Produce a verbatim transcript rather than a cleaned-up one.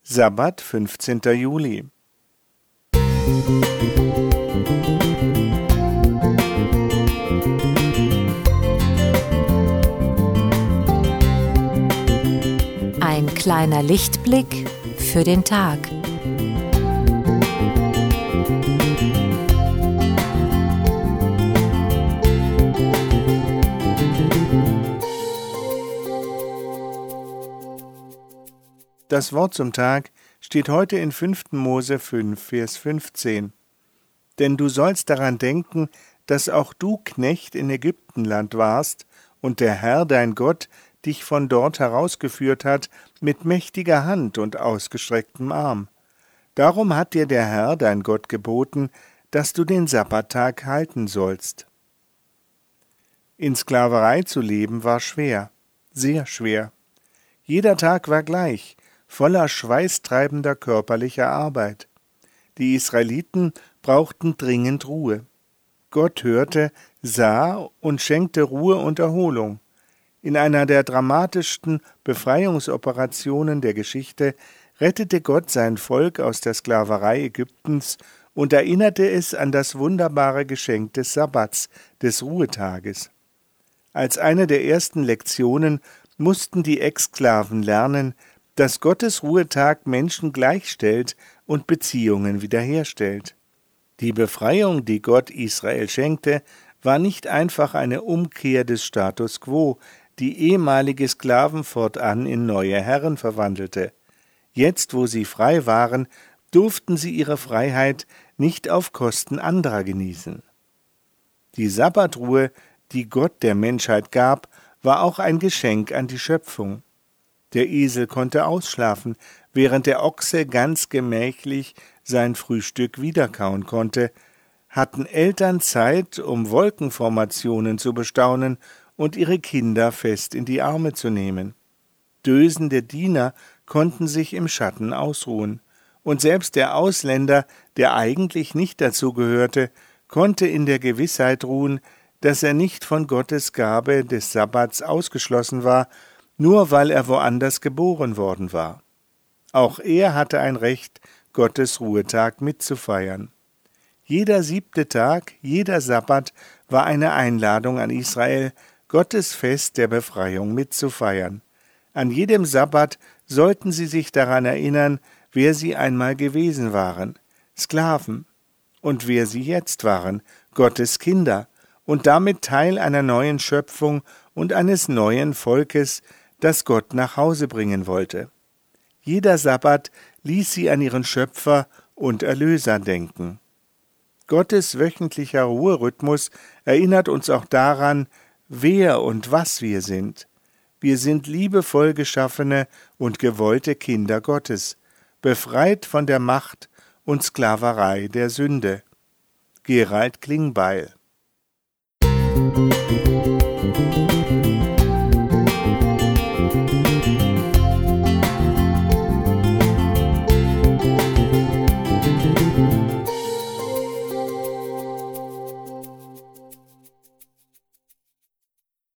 Sabbat, fünfzehnter Juli. Ein kleiner Lichtblick für den Tag. Das Wort zum Tag steht heute in fünften Mose fünf, Vers fünfzehn. Denn du sollst daran denken, dass auch du Knecht in Ägyptenland warst und der Herr, dein Gott, dich von dort herausgeführt hat mit mächtiger Hand und ausgestrecktem Arm. Darum hat dir der Herr, dein Gott, geboten, dass du den Sabbattag halten sollst. In Sklaverei zu leben war schwer, sehr schwer. Jeder Tag war gleich, voller schweißtreibender körperlicher Arbeit. Die Israeliten brauchten dringend Ruhe. Gott hörte, sah und schenkte Ruhe und Erholung. In einer der dramatischsten Befreiungsoperationen der Geschichte rettete Gott sein Volk aus der Sklaverei Ägyptens und erinnerte es an das wunderbare Geschenk des Sabbats, des Ruhetages. Als eine der ersten Lektionen mussten die Ex-Sklaven lernen, dass Gottes Ruhetag Menschen gleichstellt und Beziehungen wiederherstellt. Die Befreiung, die Gott Israel schenkte, war nicht einfach eine Umkehr des Status quo, die ehemalige Sklaven fortan in neue Herren verwandelte. Jetzt, wo sie frei waren, durften sie ihre Freiheit nicht auf Kosten anderer genießen. Die Sabbatruhe, die Gott der Menschheit gab, war auch ein Geschenk an die Schöpfung. Der Esel konnte ausschlafen, während der Ochse ganz gemächlich sein Frühstück wiederkauen konnte, hatten Eltern Zeit, um Wolkenformationen zu bestaunen und ihre Kinder fest in die Arme zu nehmen. Dösende Diener konnten sich im Schatten ausruhen, und selbst der Ausländer, der eigentlich nicht dazu gehörte, konnte in der Gewissheit ruhen, dass er nicht von Gottes Gabe des Sabbats ausgeschlossen war, nur weil er woanders geboren worden war. Auch er hatte ein Recht, Gottes Ruhetag mitzufeiern. Jeder siebte Tag, jeder Sabbat war eine Einladung an Israel, Gottes Fest der Befreiung mitzufeiern. An jedem Sabbat sollten sie sich daran erinnern, wer sie einmal gewesen waren, Sklaven, und wer sie jetzt waren, Gottes Kinder, und damit Teil einer neuen Schöpfung und eines neuen Volkes, das Gott nach Hause bringen wollte. Jeder Sabbat ließ sie an ihren Schöpfer und Erlöser denken. Gottes wöchentlicher Ruherhythmus erinnert uns auch daran, wer und was wir sind. Wir sind liebevoll geschaffene und gewollte Kinder Gottes, befreit von der Macht und Sklaverei der Sünde. Gerald Klingbeil.